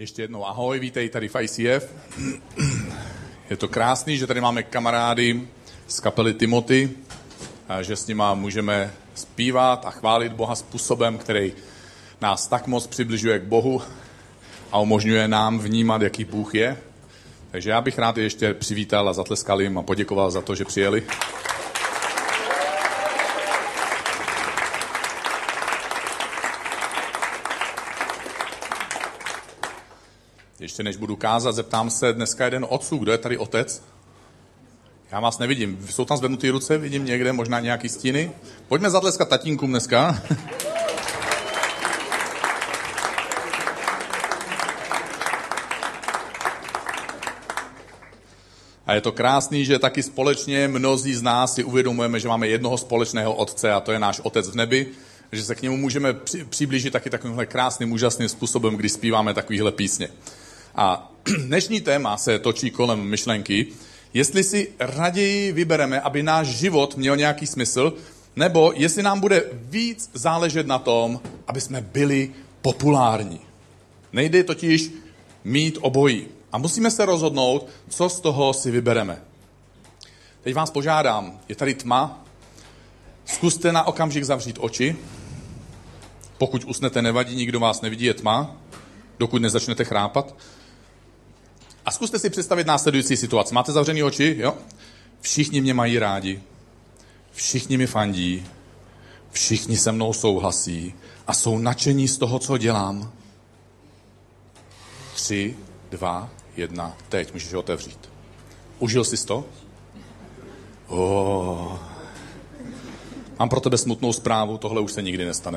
Ještě jednou ahoj, vítej tady v ICF. Je to krásný, že tady máme kamarády z kapely Timothy, a že s nima můžeme zpívat a chválit Boha způsobem, který nás tak moc přibližuje k Bohu a umožňuje nám vnímat, jaký Bůh je. Takže já bych rád ještě přivítal a zatleskal jim a poděkoval za to, že přijeli. Ještě než budu kázat, zeptám se dneska jeden otců, kdo je tady otec? Já vás nevidím. Jsou tam zvednutý ruce, vidím někde, možná nějaký stíny. Pojďme zatleskat tatínkům dneska. A je to krásný, že taky společně mnozí z nás si uvědomujeme, že máme jednoho společného otce a to je náš otec v nebi, že se k němu můžeme přiblížit taky takovýmhle krásným, úžasným způsobem, když zpíváme takovýhle písně. A dnešní téma se točí kolem myšlenky, jestli si raději vybereme, aby náš život měl nějaký smysl, nebo jestli nám bude víc záležet na tom, aby jsme byli populární. Nejde totiž mít obojí. A musíme se rozhodnout, co z toho si vybereme. Teď vás požádám, je tady tma, zkuste na okamžik zavřít oči. Pokud usnete, nevadí, nikdo vás nevidí, je tma, dokud nezačnete chrápat. A zkuste si představit následující situaci. Máte zavřený oči? Jo? Všichni mě mají rádi, všichni mi fandí, všichni se mnou souhlasí a jsou nadšení z toho, co dělám. 3, 2, 1, teď můžeš ho otevřít. Užil jsi to? Mám pro tebe smutnou zprávu, tohle už se nikdy nestane.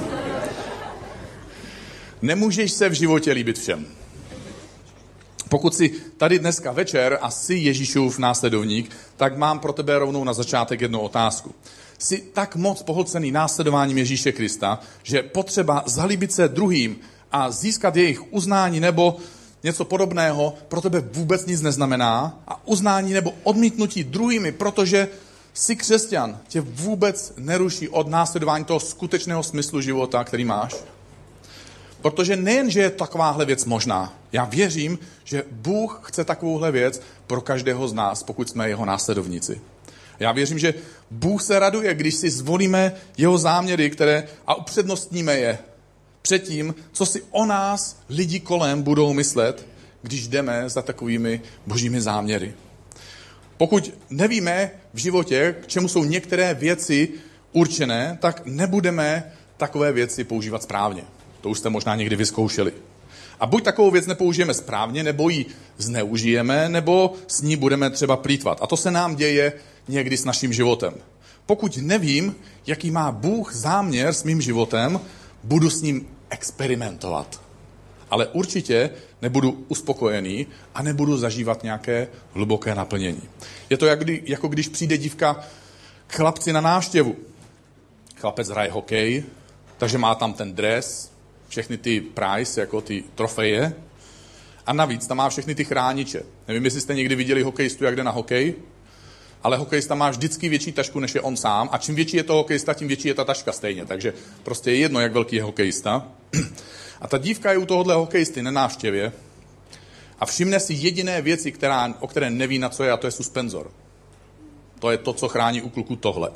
Nemůžeš se v životě líbit všem. Pokud jsi tady dneska večer a jsi Ježíšův následovník, tak mám pro tebe rovnou na začátek jednu otázku. Jsi tak moc pohlcený následováním Ježíše Krista, že potřeba zalíbit se druhým a získat jejich uznání nebo něco podobného pro tebe vůbec nic neznamená a uznání nebo odmítnutí druhými, protože jsi křesťan, tě vůbec neruší od následování toho skutečného smyslu života, který máš. Protože nejen, že je takováhle věc možná, já věřím, že Bůh chce takovouhle věc pro každého z nás, pokud jsme jeho následovníci. Já věřím, že Bůh se raduje, když si zvolíme jeho záměry, a upřednostníme je před tím, co si o nás lidi kolem budou myslet, když jdeme za takovými božími záměry. Pokud nevíme v životě, k čemu jsou některé věci určené, tak nebudeme takové věci používat správně. To už jste možná někdy vyzkoušeli. A buď takovou věc nepoužijeme správně, nebo ji zneužijeme, nebo s ní budeme třeba plýtvat. A to se nám děje někdy s naším životem. Pokud nevím, jaký má Bůh záměr s mým životem, budu s ním experimentovat. Ale určitě nebudu uspokojený a nebudu zažívat nějaké hluboké naplnění. Je to jako když přijde dívka k chlapci na návštěvu. Chlapec hraje hokej, takže má tam ten dres, všechny ty prize, jako ty trofeje. A navíc tam má všechny ty chrániče. Nevím, jestli jste někdy viděli hokejistu, jak jde na hokej, ale hokejista má vždycky větší tašku, než je on sám. A čím větší je to hokejista, tím větší je ta taška stejně. Takže prostě je jedno, jak velký je hokejista. A ta dívka je u tohohle hokejisty na návštěvě a všimne si jediné věci, o které neví, na co je, a to je suspenzor. To je to, co chrání u kluku tohle.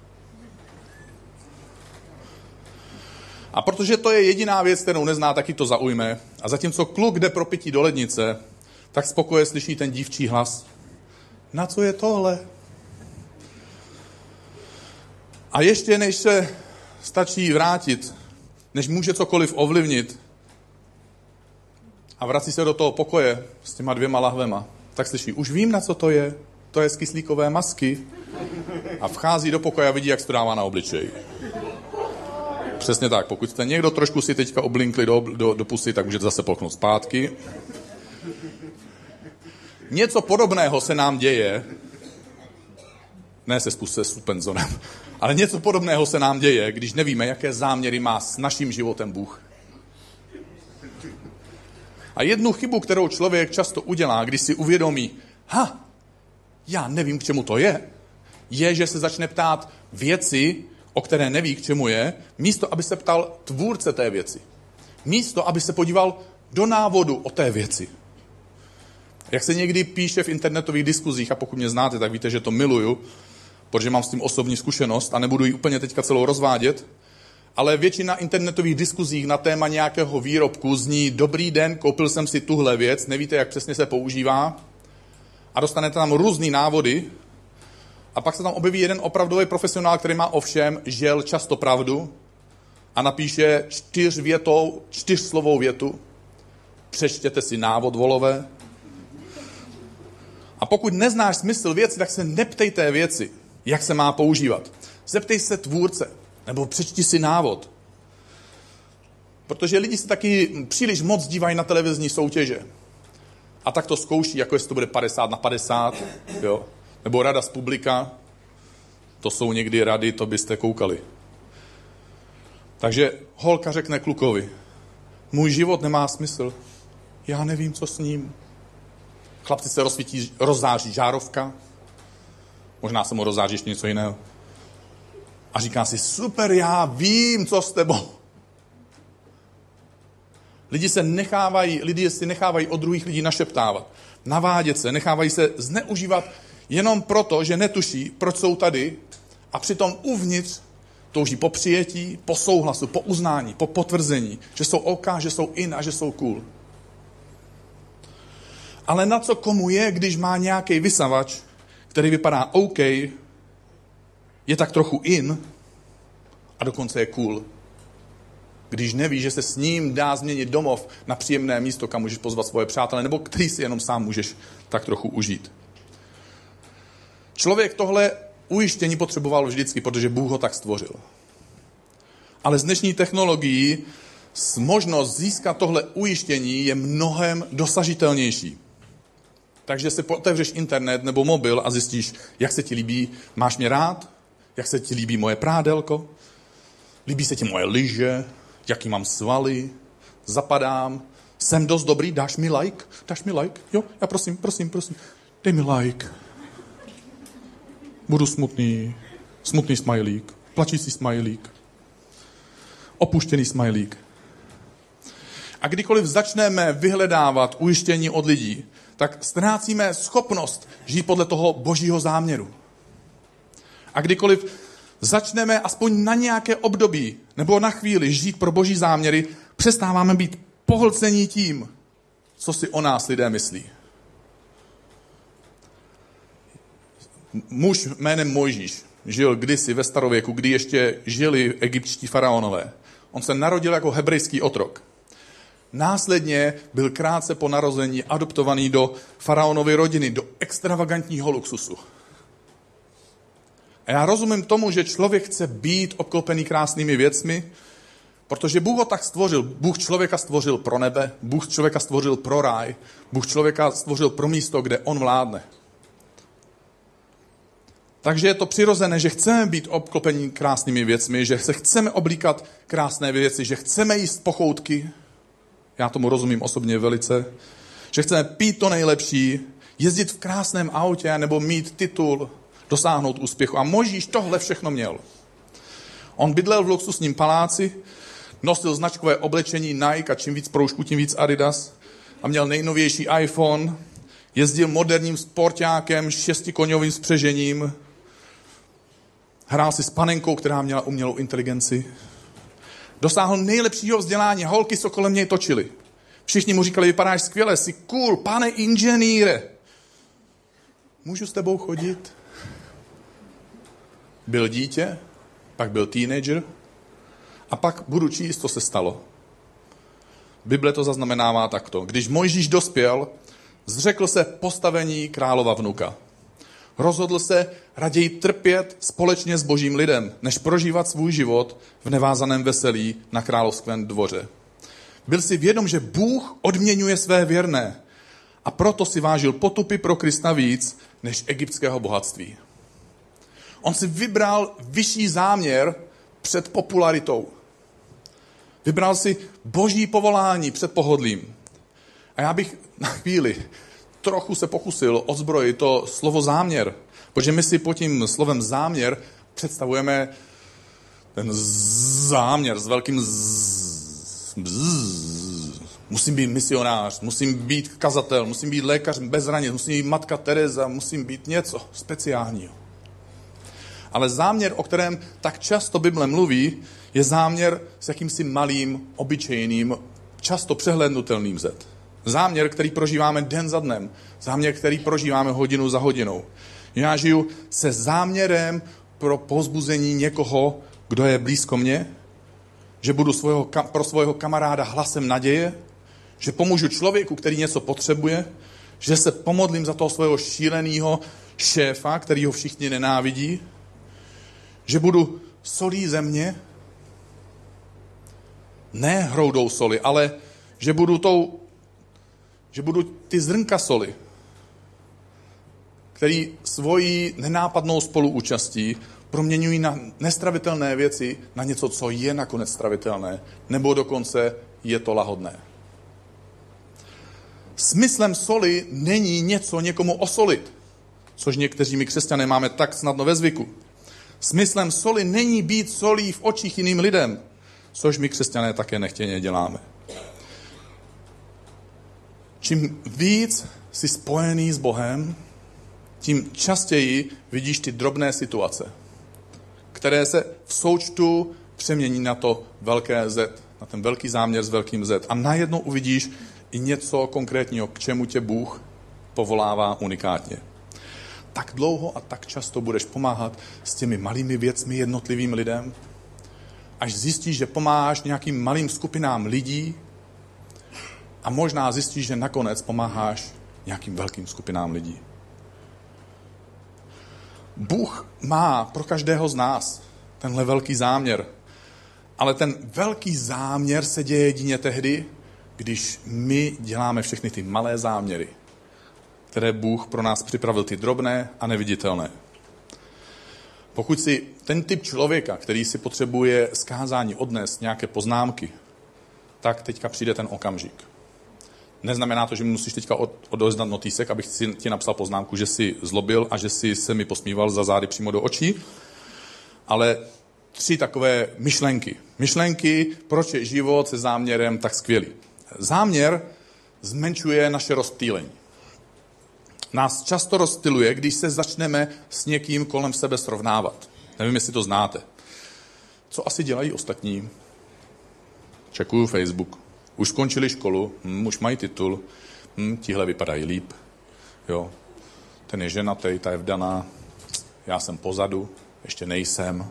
A protože to je jediná věc, kterou nezná, taky to zaujme. A zatímco kluk jde pro pití do lednice, tak spokoje slyší ten dívčí hlas. Na co je tohle? A ještě než se stačí vrátit, než může cokoliv ovlivnit a vrací se do toho pokoje s těma 2 lahvema, tak slyší, už vím, na co to je z kyslíkové masky. A vchází do pokoje a vidí, jak se to dává na obličej. Přesně tak, pokud jste někdo trošku si teďka oblinkli do pusy, tak můžete zase polknout zpátky. Něco podobného se nám děje, ne se suspenzorem, ale něco podobného se nám děje, když nevíme, jaké záměry má s naším životem Bůh. A jednu chybu, kterou člověk často udělá, když si uvědomí, já nevím, k čemu to je, že se začne ptát věci, o které neví, k čemu je, místo, aby se ptal tvůrce té věci. Místo, aby se podíval do návodu o té věci. Jak se někdy píše v internetových diskuzích, a pokud mě znáte, tak víte, že to miluju, protože mám s tím osobní zkušenost a nebudu ji úplně teďka celou rozvádět, ale většina internetových diskuzích na téma nějakého výrobku zní: dobrý den, koupil jsem si tuhle věc, nevíte, jak přesně se používá, a dostanete tam různý návody, a pak se tam objeví jeden opravdový profesionál, který má ovšem žel často pravdu a napíše 4slovou větu: přečtěte si návod, volové. A pokud neznáš smysl věci, tak se neptej té věci, jak se má používat. Zeptej se tvůrce, nebo přečti si návod. Protože lidi se taky příliš moc dívají na televizní soutěže. A tak to zkouší, jako jestli to bude 50/50, jo? Nebo rada z publika. To jsou někdy rady, to byste koukali. Takže holka řekne klukovi: můj život nemá smysl, já nevím, co s ním. Chlapci se rozzáří žárovka, možná se mu rozzáří ještě něco jiného. A říká si: super, já vím, co s tebou. Lidi si nechávají od druhých lidí našeptávat, navádět se, nechávají se zneužívat jenom proto, že netuší, proč jsou tady, a přitom uvnitř touží po přijetí, po souhlasu, po uznání, po potvrzení, že jsou OK, že jsou in a že jsou cool. Ale na co komu je, když má nějaký vysavač, který vypadá OK, je tak trochu in a dokonce je cool. Když neví, že se s ním dá změnit domov na příjemné místo, kam můžeš pozvat svoje přátele, nebo který si jenom sám můžeš tak trochu užít. Člověk tohle ujištění potřeboval vždycky, protože Bůh ho tak stvořil. Ale s dnešní technologií možnost získat tohle ujištění je mnohem dosažitelnější. Takže si otevřeš internet nebo mobil a zjistíš, jak se ti líbí, máš mě rád, jak se ti líbí moje prádelko, líbí se ti moje lyže, jaký mám svaly, zapadám, jsem dost dobrý, dáš mi like? Jo, já prosím, dej mi like. Budu smutný smajlík, plačící smajlík, opuštěný smajlík. A kdykoliv začneme vyhledávat ujištění od lidí, tak ztrácíme schopnost žít podle toho božího záměru. A kdykoliv začneme aspoň na nějaké období nebo na chvíli žít pro boží záměry, přestáváme být pohlcení tím, co si o nás lidé myslí. Muž jménem Mojžíš žil kdysi ve starověku, kdy ještě žili egyptští faraonové. On se narodil jako hebrejský otrok. Následně byl krátce po narození adoptovaný do faraonovy rodiny, do extravagantního luxusu. A já rozumím tomu, že člověk chce být obklopený krásnými věcmi, protože Bůh ho tak stvořil. Bůh člověka stvořil pro nebe, Bůh člověka stvořil pro ráj, Bůh člověka stvořil pro místo, kde on vládne. Takže je to přirozené, že chceme být obklopení krásnými věcmi, že se chceme oblíkat krásné věci, že chceme jíst pochoutky, já tomu rozumím osobně velice, že chceme pít to nejlepší, jezdit v krásném autě nebo mít titul, dosáhnout úspěchu. A Mojžíš tohle všechno měl. On bydlel v luxusním paláci, nosil značkové oblečení Nike a čím víc proužků, tím víc Adidas a měl nejnovější iPhone, jezdil moderním sportákem s 6koňovým spřežením, hrál si s panenkou, která měla umělou inteligenci. Dosáhl nejlepšího vzdělání, holky se kolem něj točily. Všichni mu říkali: vypadáš skvěle, jsi cool, pane inženýre. Můžu s tebou chodit? Byl dítě, pak byl teenager a pak budu číst, co se stalo. Bible to zaznamenává takto. Když Mojžíš dospěl, zřekl se postavení králova vnuka. Rozhodl se raději trpět společně s božím lidem, než prožívat svůj život v nevázaném veselí na královském dvoře. Byl si vědom, že Bůh odměňuje své věrné a proto si vážil potupy pro Krista víc než egyptského bohatství. On si vybral vyšší záměr před popularitou. Vybral si boží povolání před pohodlím. A já bych na chvíli trochu se pokusil odzbrojit to slovo záměr, protože my si pod tím slovem záměr představujeme ten záměr s velkým Musím být misionář, musím být kazatel, musím být lékař bez hranic, musím být matka Teresa, musím být něco speciálního. Ale záměr, o kterém tak často Bible mluví, je záměr s jakýmsi malým, obyčejným, často přehlédnutelným zet. Záměr, který prožíváme den za dnem. Záměr, který prožíváme hodinu za hodinou. Já žiju se záměrem pro povzbuzení někoho, kdo je blízko mě, že budu pro svého kamaráda hlasem naděje, že pomůžu člověku, který něco potřebuje, že se pomodlím za toho svého šíleného šéfa, který ho všichni nenávidí, že budu solí země, ne hroudou soli, ale že budu ty zrnka soli, který svojí nenápadnou spoluúčastí proměňují na nestravitelné věci na něco, co je nakonec stravitelné, nebo dokonce je to lahodné. Smyslem soli není něco někomu osolit, což někteří my křesťané máme tak snadno ve zvyku. Smyslem soli není být solí v očích jiným lidem, což my křesťané také nechtěně děláme. Čím víc jsi spojený s Bohem, tím častěji vidíš ty drobné situace, které se v součtu přemění na to velké Z, na ten velký záměr s velkým Z. A najednou uvidíš i něco konkrétního, k čemu tě Bůh povolává unikátně. Tak dlouho a tak často budeš pomáhat s těmi malými věcmi jednotlivým lidem, až zjistíš, že pomáháš nějakým malým skupinám lidí a možná zjistíš, že nakonec pomáháš nějakým velkým skupinám lidí. Bůh má pro každého z nás tenhle velký záměr, ale ten velký záměr se děje jedině tehdy, když my děláme všechny ty malé záměry, které Bůh pro nás připravil, ty drobné a neviditelné. Pokud si ten typ člověka, který si potřebuje z kázání odnést nějaké poznámky, tak teďka přijde ten okamžik. Neznamená to, že mi musíš teďka odevzdat notýsek, abych ti napsal poznámku, že jsi zlobil a že jsi se mi posmíval za zády přímo do očí, ale 3 takové myšlenky. Myšlenky, proč je život se záměrem tak skvělý. Záměr zmenšuje naše rozptýlení. Nás často rozptyluje, když se začneme s někým kolem sebe srovnávat. Nevím, jestli to znáte. Co asi dělají ostatní? Čekuju Facebook. Už skončili školu, už mají titul, tihle vypadají líp. Jo. Ten je ženatej, ta je vdaná, já jsem pozadu, ještě nejsem.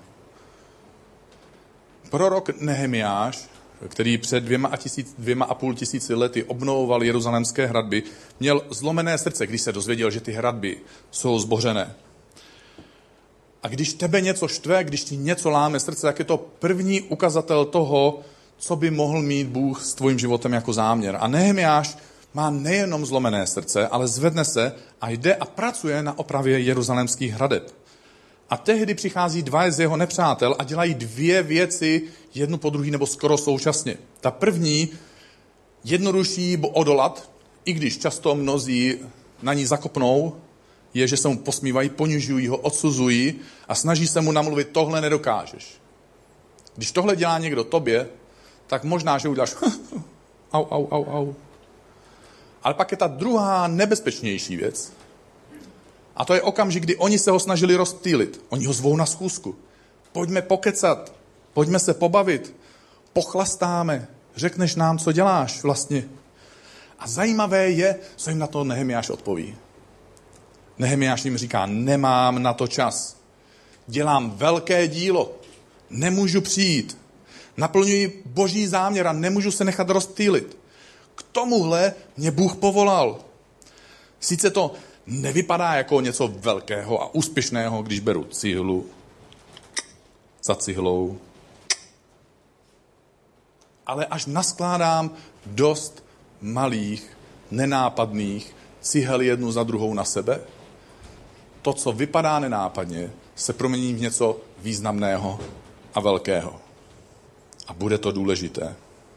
Prorok Nehemiáš, který před 2,5 tisíci lety obnovoval jeruzalémské hradby, měl zlomené srdce, když se dozvěděl, že ty hradby jsou zbořené. A když tebe něco štve, když ti něco láme srdce, tak je to první ukazatel toho, co by mohl mít Bůh s tvým životem jako záměr. A Nehemiáš má nejenom zlomené srdce, ale zvedne se a jde a pracuje na opravě jeruzalémských hradeb. A tehdy přichází 2 z jeho nepřátel a dělají 2 věci, jednu po druhý nebo skoro současně. Ta první, jednodušší odolat, i když často mnozí na ní zakopnou, je, že se mu posmívají, ponižují ho, odsuzují a snaží se mu namluvit, tohle nedokážeš. Když tohle dělá někdo tobě, tak možná, že uděláš au. Ale pak je ta druhá nebezpečnější věc. A to je okamžik, kdy oni se ho snažili rozptýlit. Oni ho zvou na schůzku. Pojďme pokecat, pojďme se pobavit, pochlastáme, řekneš nám, co děláš vlastně. A zajímavé je, co jim na to Nehemiáš odpoví. Nehemiáš jim říká, nemám na to čas. Dělám velké dílo, nemůžu přijít. Naplňuji boží záměr a nemůžu se nechat rozptýlit. K tomuhle mě Bůh povolal. Sice to nevypadá jako něco velkého a úspěšného, když beru cihlu za cihlou, ale až naskládám dost malých, nenápadných cihel jednu za druhou na sebe, to, co vypadá nenápadně, se promění v něco významného a velkého. A bude to důležité.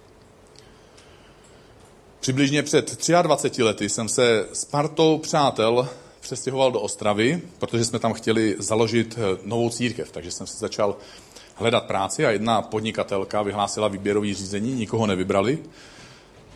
Přibližně před 23 lety jsem se s partou přátel přestěhoval do Ostravy, protože jsme tam chtěli založit novou církev, takže jsem si začal hledat práci a jedna podnikatelka vyhlásila výběrový řízení, nikoho nevybrali.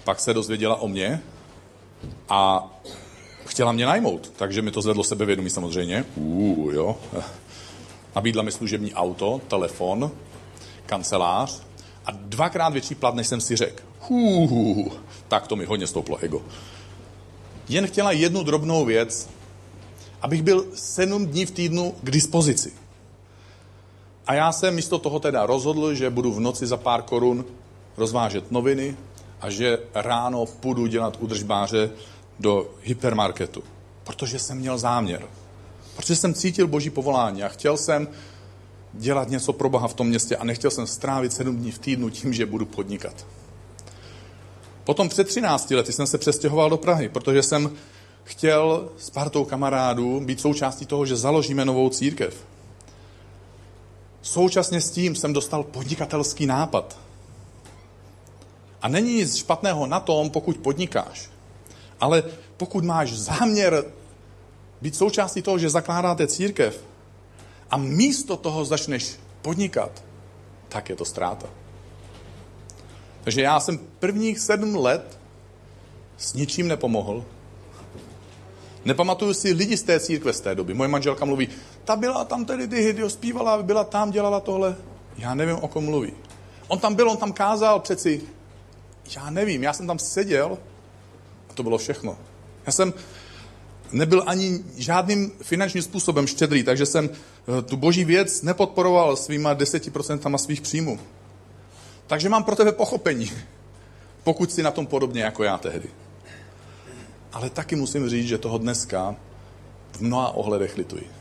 pak se dozvěděla o mě a chtěla mě najmout, takže mi to zvedlo sebevědomí samozřejmě. Jo. Nabídla mi služební auto, telefon, kancelář a 2x větší plat, než jsem si řekl. Tak to mi hodně stouplo ego. Jen chtěla jednu drobnou věc, abych byl 7 dní v týdnu k dispozici. A já jsem místo toho teda rozhodl, že budu v noci za pár korun rozvážet noviny a že ráno půjdu dělat údržbáře do hypermarketu. Protože jsem měl záměr. Protože jsem cítil Boží povolání a chtěl jsem dělat něco pro Boha v tom městě a nechtěl jsem strávit 7 dní v týdnu tím, že budu podnikat. Potom před 13 lety jsem se přestěhoval do Prahy, protože jsem chtěl s partou kamarádů být součástí toho, že založíme novou církev. Současně s tím jsem dostal podnikatelský nápad. A není nic špatného na tom, pokud podnikáš. Ale pokud máš záměr být součástí toho, že zakládáte církev a místo toho začneš podnikat, tak je to ztráta. Takže já jsem prvních 7 let s ničím nepomohl. Nepamatuju si lidi z té církve z té doby. Moje manželka mluví, ta byla tam tedy ty zpívala, byla tam, dělala tohle. Já nevím, o kom mluví. On tam byl, on tam kázal přeci. Já nevím, já jsem tam seděl a to bylo všechno. Já jsem nebyl ani žádným finančním způsobem štědrý, takže jsem tu boží věc nepodporoval svýma 10% svých příjmů. Takže mám pro tebe pochopení, pokud jsi na tom podobně jako já tehdy. Ale taky musím říct, že toho dneska v mnoha ohledech lituji.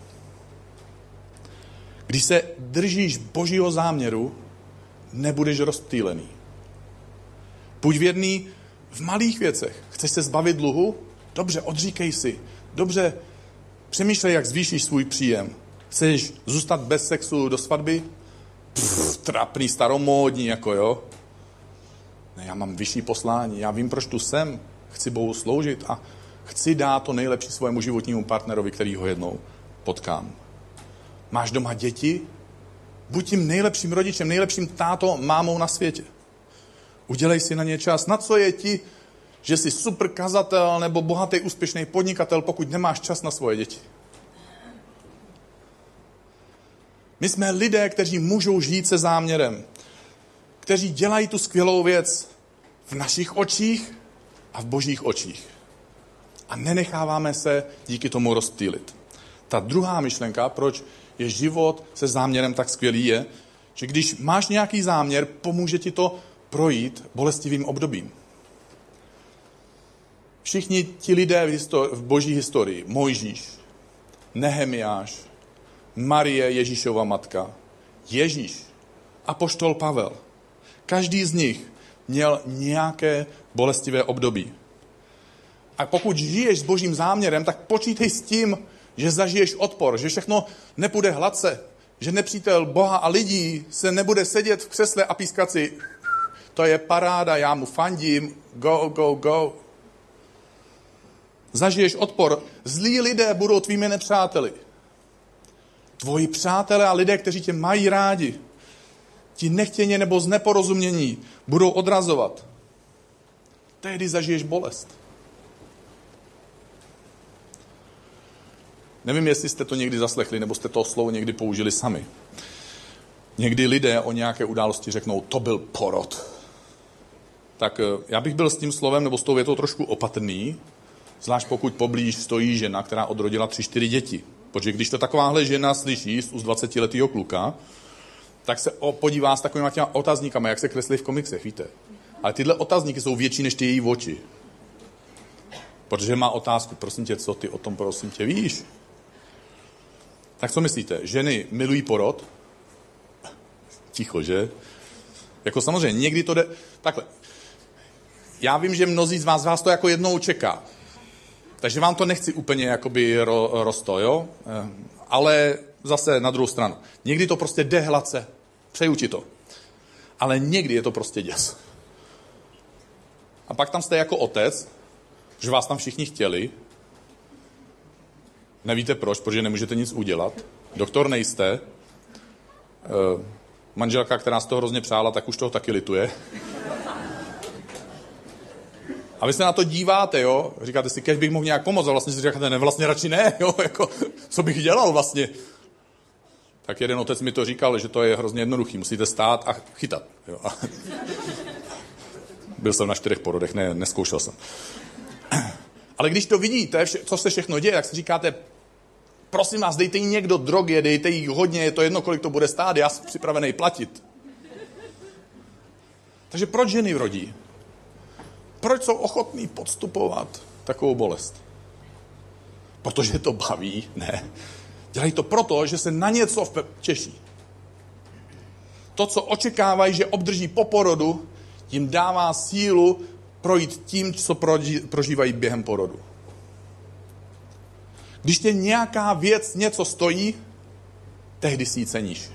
Když se držíš Božího záměru, nebudeš rozptýlený. Buď věrný v malých věcech. Chceš se zbavit dluhu? Dobře, odříkej si. Dobře, přemýšlej, jak zvýšíš svůj příjem. Chceš zůstat bez sexu do svatby? Trapný, staromódní, jako jo. Ne, já mám vyšší poslání, já vím, proč tu jsem. Chci Bohu sloužit a chci dát to nejlepší svému životnímu partnerovi, který ho jednou potkám. Máš doma děti? Buď tím nejlepším rodičem, nejlepším tátou, mámou na světě. Udělej si na ně čas. Na co je ti, že jsi super kazatel nebo bohatý, úspěšný podnikatel, pokud nemáš čas na svoje děti? My jsme lidé, kteří můžou žít se záměrem, kteří dělají tu skvělou věc v našich očích a v Božích očích. A nenecháváme se díky tomu rozptýlit. Ta druhá myšlenka, proč je život se záměrem tak skvělý, je, že když máš nějaký záměr, pomůže ti to projít bolestivým obdobím. Všichni ti lidé v Boží historii, Mojžíš, Nehemiáš, Marie, Ježíšova matka, Ježíš, apoštol Pavel, každý z nich měl nějaké bolestivé období. A pokud žiješ s Božím záměrem, tak počítej s tím, že zažiješ odpor, že všechno nepůjde hladce, že nepřítel Boha a lidí se nebude sedět v křesle a pískat si, to je paráda, já mu fandím, go, go, go. Zažiješ odpor, zlí lidé budou tvými nepřáteli. Tvoji přátelé a lidé, kteří tě mají rádi, ti nechtěně nebo z neporozumění budou odrazovat. Tehdy zažiješ bolest. Nevím, jestli jste to někdy zaslechli, nebo jste to slovo někdy použili sami. Někdy lidé o nějaké události řeknou, to byl porod. Tak já bych byl s tím slovem nebo s tou větou trošku opatrný, zvlášť pokud poblíž stojí žena, která odrodila 3-4 děti. Protože když to takováhle žena slyší z úst 20letého kluka, tak se podívá s takovými těma otazníkama, jak se kreslí v komiksech, víte. Ale tyhle otazníky jsou větší než ty její oči. Protože má otázku, prosím tě, co ty o tom, prosím tě, víš? Tak co myslíte? Ženy milují porod? Ticho, že? Jako samozřejmě, někdy to jde... Takhle. Já vím, že mnozí z vás to jako jednou čeká. Takže vám to nechci úplně jakoby rosto, jo? Ale zase na druhou stranu. Někdy to prostě jde hladce. Přeju ti to. Ale někdy je to prostě děs. A pak tam jste jako otec, že vás tam všichni chtěli. Nevíte proč, protože nemůžete nic udělat. Doktor nejste. Manželka, která z toho hrozně přála, tak už toho taky lituje. A vy se na to díváte, jo? Říkáte si, kež bych mohl nějak pomoct, a vlastně si říkáte, ne, vlastně radši ne, jo? Jako, co bych dělal vlastně? Tak jeden otec mi to říkal, že to je hrozně jednoduchý, musíte stát a chytat. Jo? A byl jsem na 4 porodech, neskoušel jsem. Ale když to vidíte, co se všechno děje, tak si říkáte, prosím vás, dejte jí někdo drogy, dejte jí hodně, je to jedno, kolik to bude stát, já jsem připravený platit. Takže proč ženy rodí? Proč jsou ochotní podstupovat takovou bolest? Protože to baví? Ne. Dělají to proto, že se na něco těší. To, co očekávají, že obdrží po porodu, jim dává sílu projít tím, co prožívají během porodu. Když tě nějaká věc něco stojí, tehdy si ji ceníš.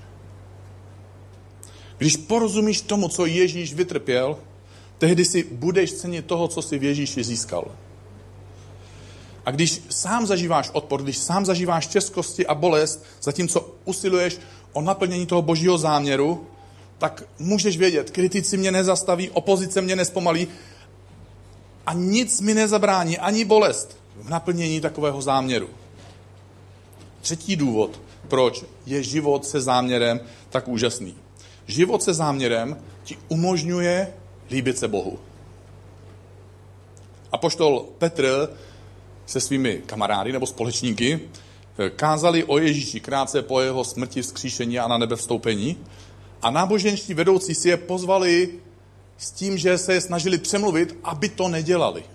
Když porozumíš tomu, co Ježíš vytrpěl, tehdy si budeš cenit toho, co si v Ježíši získal. A když sám zažíváš odpor, když sám zažíváš těžkosti a bolest, zatímco usiluješ o naplnění toho božího záměru, tak můžeš vědět, kritici mě nezastaví, opozice mě nespomalí a nic mi nezabrání, ani bolest v naplnění takového záměru. Třetí důvod, proč je život se záměrem tak úžasný. Život se záměrem ti umožňuje líbit se Bohu. Apoštol Petr se svými kamarády nebo společníky kázali o Ježíši krátce po jeho smrti, vzkříšení a na nebe vstoupení. A náboženští vedoucí si je pozvali s tím, že se je snažili přemluvit, aby to nedělali.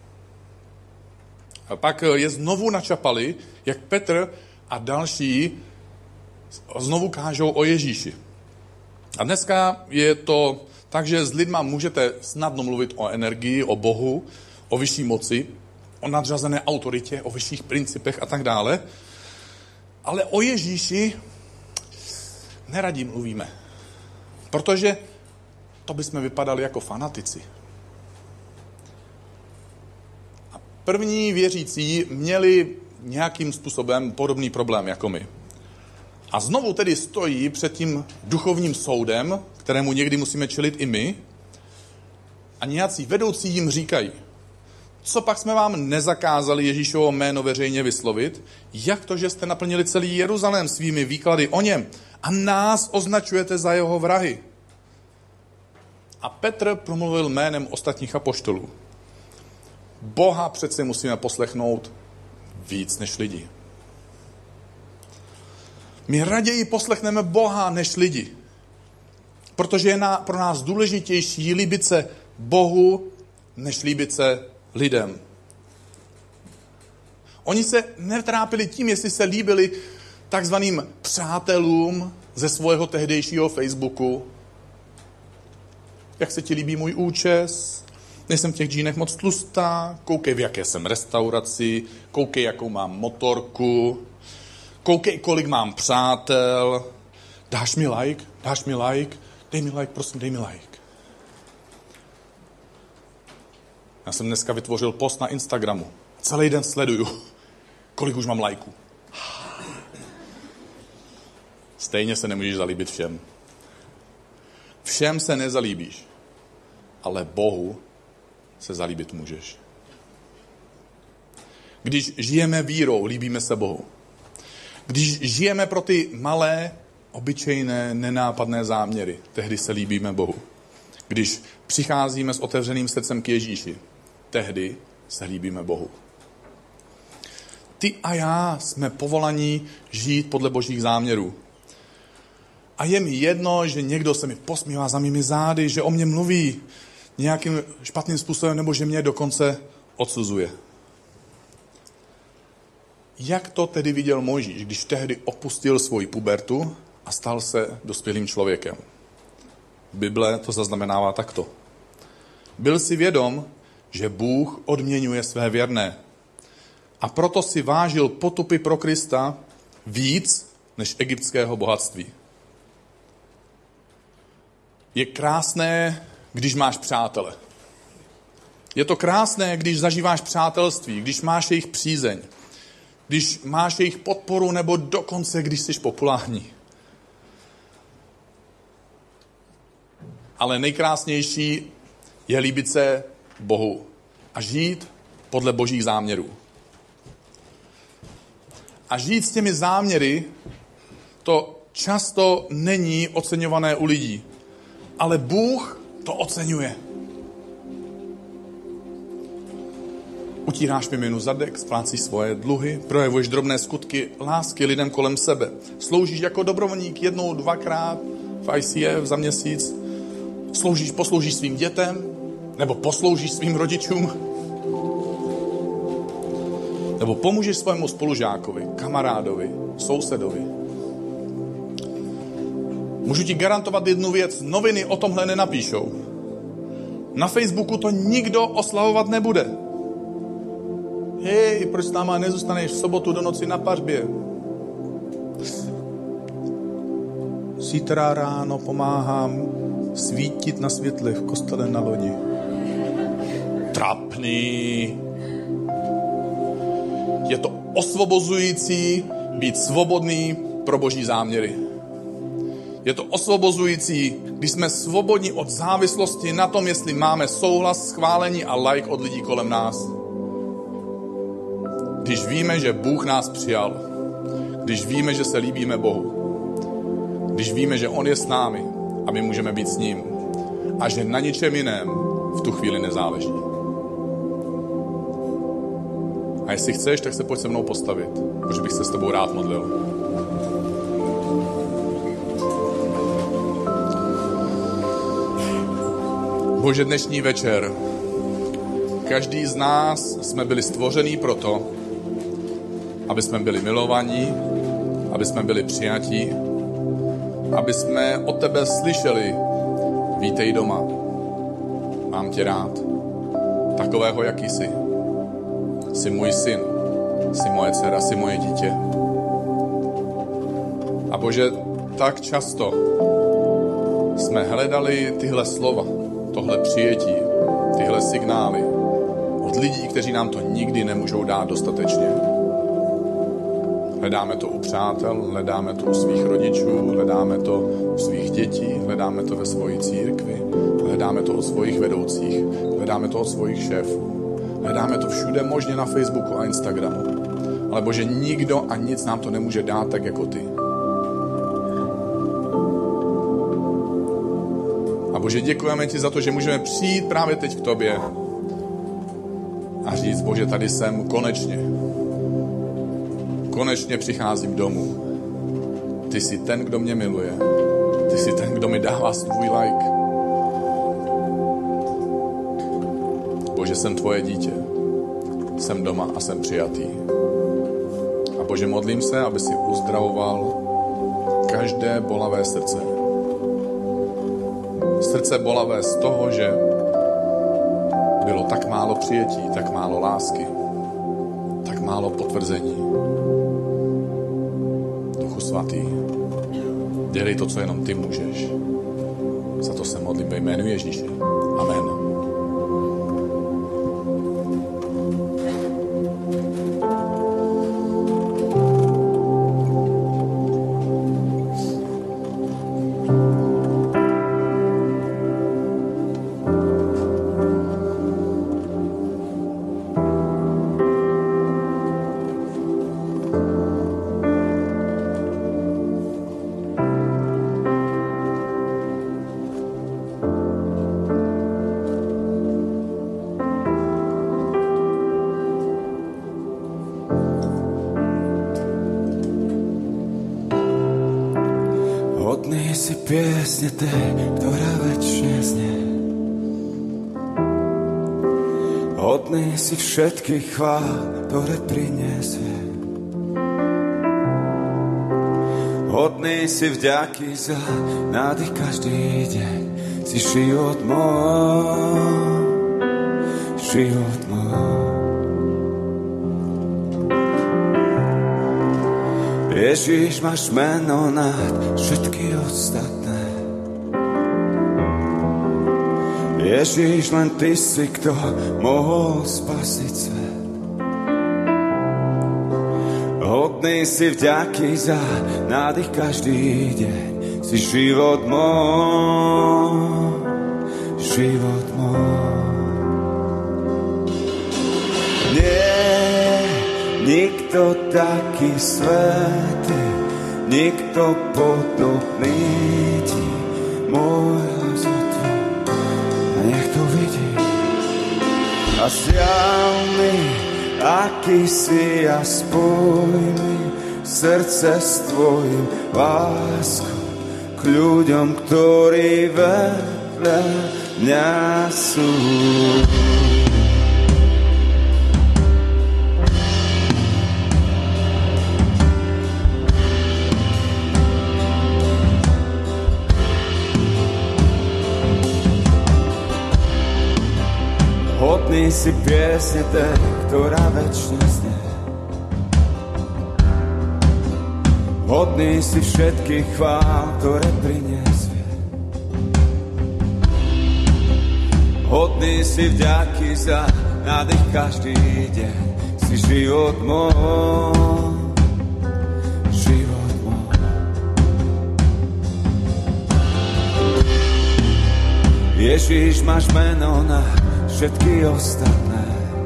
A pak je znovu načapali, jak Petr a další znovu kážou o Ježíši. A dneska je to tak, že s lidma můžete snadno mluvit o energii, o Bohu, o vyšší moci, o nadřazené autoritě, o vyšších principech a tak dále. Ale o Ježíši neradi mluvíme. Protože to bychom vypadali jako fanatici. A první věřící měli nějakým způsobem podobný problém jako my. A znovu tedy stojí před tím duchovním soudem, kterému někdy musíme čelit i my, a nějací vedoucí jim říkají, co pak jsme vám nezakázali Ježíšovo jméno veřejně vyslovit, jak to, že jste naplnili celý Jeruzalém svými výklady o něm a nás označujete za jeho vrahy. A Petr promluvil jménem ostatních apoštolů. Boha přece musíme poslechnout víc než lidi. My raději poslechneme Boha než lidi, protože je pro nás důležitější líbit se Bohu, než líbit se lidem. Oni se netrápili tím, jestli se líbili takzvaným přátelům ze svého tehdejšího Facebooku. Jak se ti líbí můj účes? Nejsem v těch džínech moc tlustá. Koukej, v jaké jsem restauraci. Koukej, jakou mám motorku. Koukej, kolik mám přátel. Dáš mi like? Dáš mi like? Dej mi like, prosím, dej mi like. Já jsem dneska vytvořil post na Instagramu. Celý den sleduju, kolik už mám lajků. Stejně se nemůžeš zalíbit všem. Všem se nezalíbíš, ale Bohu se zalíbit můžeš. Když žijeme vírou, líbíme se Bohu. Když žijeme pro ty malé, obyčejné, nenápadné záměry, tehdy se líbíme Bohu. Když přicházíme s otevřeným srdcem k Ježíši, tehdy se líbíme Bohu. Ty a já jsme povolaní žít podle božích záměrů. A je mi jedno, že někdo se mi posmívá za mými zády, že o mě mluví nějakým špatným způsobem, nebo že mě dokonce odsuzuje. Jak to tedy viděl Mojžíš, když tehdy opustil svoji pubertu a stal se dospělým člověkem? Bible to zaznamenává takto. Byl si vědom, že Bůh odměňuje své věrné. A proto si vážil potupy pro Krista víc než egyptského bohatství. Je krásné, když máš přátele. Je to krásné, když zažíváš přátelství, když máš jejich přízeň, když máš jejich podporu, nebo dokonce, když jsi populární. Ale nejkrásnější je líbit se Bohu a žít podle Božích záměrů. A žít s těmi záměry, to často není oceňované u lidí. Ale Bůh to oceňuje. Utíráš miminu zadek, splácíš svoje dluhy, projevuješ drobné skutky lásky lidem kolem sebe. Sloužíš jako dobrovolník 1, 2krát v ICF za měsíc. Posloužíš svým dětem, nebo posloužíš svým rodičům. Nebo pomůžeš svému spolužákovi, kamarádovi, sousedovi. Můžu ti garantovat jednu věc, noviny o tomhle nenapíšou. Na Facebooku to nikdo oslavovat nebude. Hej, proč s náma nezůstaneš v sobotu do noci na pařbě? Zítra ráno pomáhám svítit na světle v kostele na lodi. Trapný. Je to osvobozující být svobodný pro Boží záměry. Je to osvobozující, když jsme svobodní od závislosti na tom, jestli máme souhlas, schválení a like od lidí kolem nás. Když víme, že Bůh nás přijal. Když víme, že se líbíme Bohu. Když víme, že On je s námi a my můžeme být s ním. A že na ničem jiném v tu chvíli nezáleží. A jestli chceš, tak se pojď se mnou postavit, protože bych se s tebou rád modlil. Bože, dnešní večer, každý z nás jsme byli stvořený proto, aby jsme byli milovaní, aby jsme byli přijatí, aby jsme od tebe slyšeli, vítej doma, mám tě rád, takového, jaký jsi. Jsi můj syn, jsi moje dcera, jsi moje dítě. A Bože, tak často jsme hledali tyhle slova, tohle přijetí, tyhle signály od lidí, kteří nám to nikdy nemůžou dát dostatečně. Hledáme to u přátel, hledáme to u svých rodičů, hledáme to u svých dětí, hledáme to ve svojí církvi, hledáme to od svých vedoucích, hledáme to od svých šéfů. Hledáme to všude možně na Facebooku a Instagramu. Ale Bože, nikdo a nic nám to nemůže dát tak jako ty. A Bože, děkujeme ti za to, že můžeme přijít právě teď k tobě a říct, Bože, tady jsem konečně. Konečně přicházím domů. Ty jsi ten, kdo mě miluje. Ty jsi ten, kdo mi dává svůj like. Bože, jsem tvoje dítě. Jsem doma a jsem přijatý. A Bože, modlím se, aby si uzdravoval každé bolavé srdce. Srdce bolavé z toho, že bylo tak málo přijetí, tak málo lásky, tak málo potvrzení. Duchu svatý, dělej to, co jenom ty můžeš. Za to se modlím ve jménu Ježíše. Amen. Piesne tej, ktorá večne znie. Hodný si všetkých chvál, ktoré prinesie. Hodný si vďaky za nádych každý deň. Si život môj, život môj. Ježíš, máš meno nad všetky ostatné. Ježíš, len ty si, kto mohol spasiť svet. Hodný si vďaky za nádych každý deň. Si život môj, život môj. nikto taký svätý, nikto podobný ti, môj hlas otvor, a nech to vidí. A zjav mi, aký si, a spoj mi srdce s tvojim láskou k ľuďom, ktorí vedľa mňa sú. Hodný si piesne ten, ktorá večne znie. Hodný si všetkých chvál, ktoré prinesie. Hodný si vďaky za nádych každý deň. Si život môj, život môj. Ježíš, máš meno na všetky ostatné.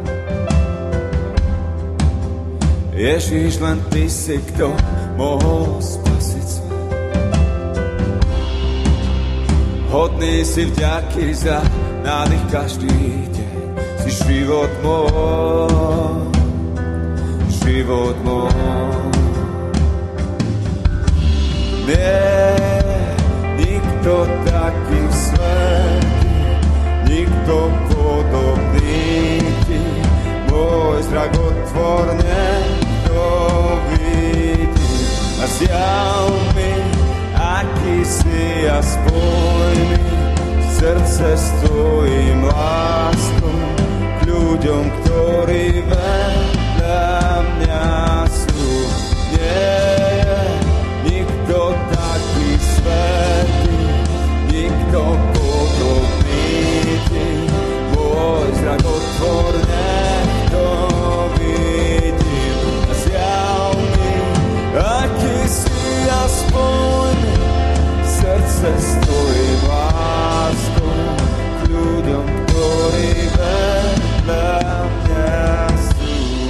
Ježíš, len ty si, kto mohol spasiť svet. Hodný si vďaky za nádych každý deň. Si život môj, život môj. Nie, nikto taký svätý, nikto podobný ti, môj zrak otvor, niekto vidí. A zjav mi, aký si, a spoj mi srdce s tvojim láskom k ľuďom, ktorí vedľa mňa sú. Nie je nikto taký svätý, nikto podobný ti, môj zrak otvor, niekto vidí. A zjav mi, aký si, a spoj mi srdce s tvojim láskou k ľuďom, ktorí vedľa mňa sú.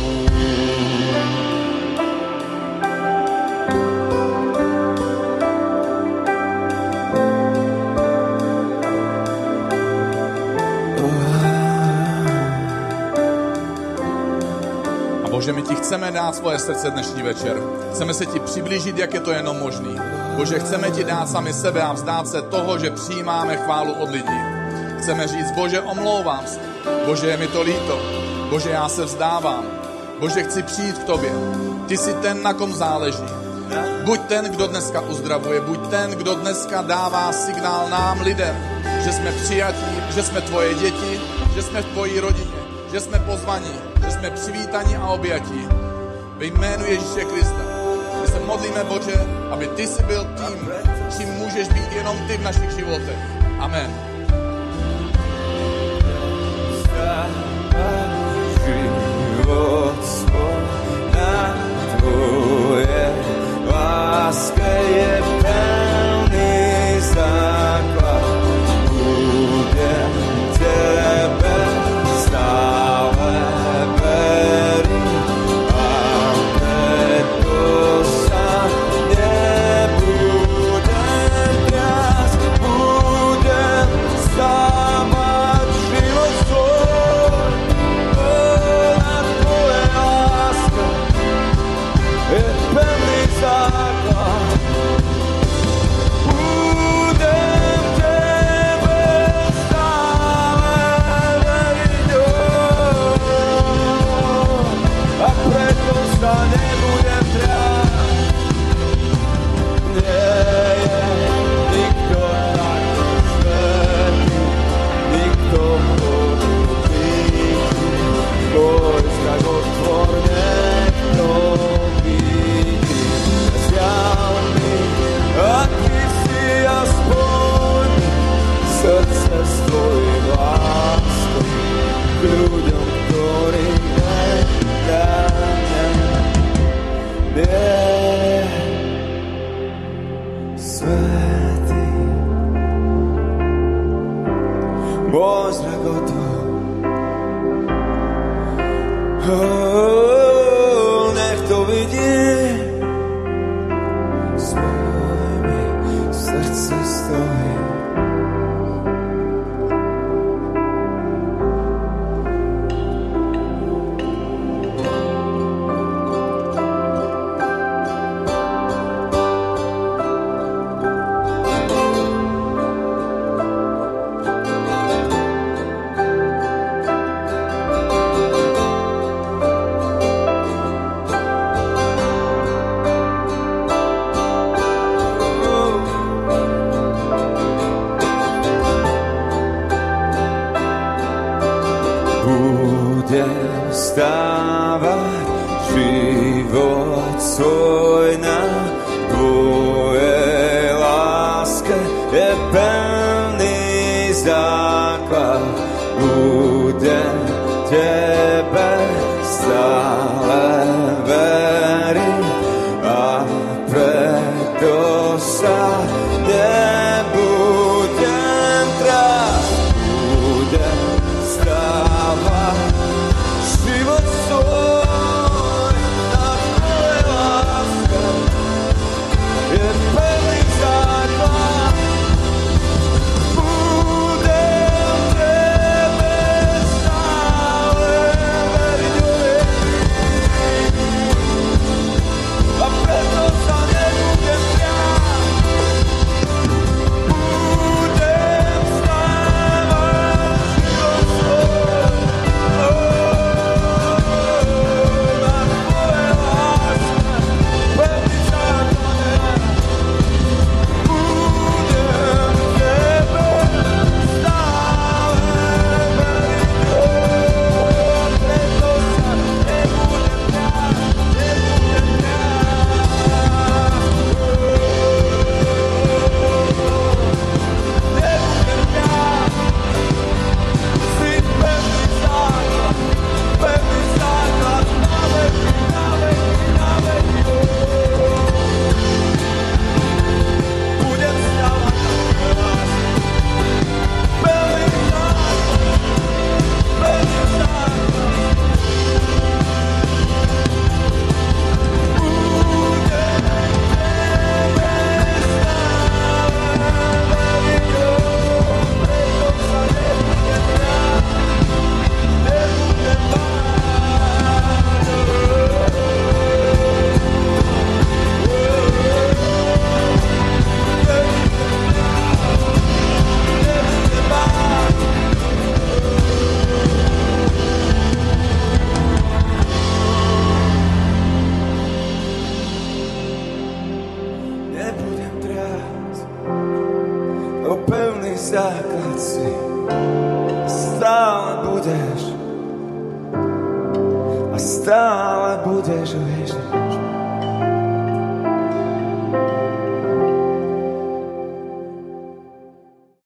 Bože, my ti chceme dát svoje srdce dnešní večer. Chceme se ti přiblížit, jak je to jenom možný. Bože, chceme ti dát sami sebe a vzdát se toho, že přijímáme chválu od lidí. Chceme říct, Bože, omlouvám se. Bože, je mi to líto. Bože, já se vzdávám. Bože, chci přijít k tobě. Ty jsi ten, na kom záleží. Buď ten, kdo dneska uzdravuje. Buď ten, kdo dneska dává signál nám, lidem, že jsme přijatí, že jsme tvoje děti, že jsme v tvojí rodině, že jsme pozvaní, že jsme přivítaní a objatí. Ve jménu Ježíše Krista. My se modlíme, Bože, aby ty jsi byl tím, čím můžeš být jenom ty v našich životech. Amen. Život svoj na tvoje láske je pevný základ. Budem tebe stále veriť a preto sa nebudem triasť. Budem stávať život svoj na tvoje láske je pevný základ. Budem tebe stále veriť a preto sa nebudem triasť. Nie je nikto taký svätý, nikto podobný ti, tvoj zrak otvor, niekto vidí. Zjav mi, aký si, a spoj mi srdce s tvojim láskou k ľuďom, ktorí vedľa mňa. Nie svätý, môj zrak otvor, stávať, život svoj na tvojej láske je pevný základ. Budem tebe stále veriť a preto sa nebudem trápiť. Budem stávať, život svoj na tvojej láske je pevný základ. Budem tebe stále veriť a preto sa nebudem trápiť. Budem stávať, život svoj na tvojej láske pevný základ. Budem tebe stále veriť a preto sa nebudem si pevný základ na veky, na veky, na veky. Budem stávať na tvojej láske, pevný základ, pevný základ. Budem tebe stále veriť, preto sa nebudem trápiť, nebudem nebudem trápiť, o pevný základ si stále budeš a stále budeš, o Ježiš.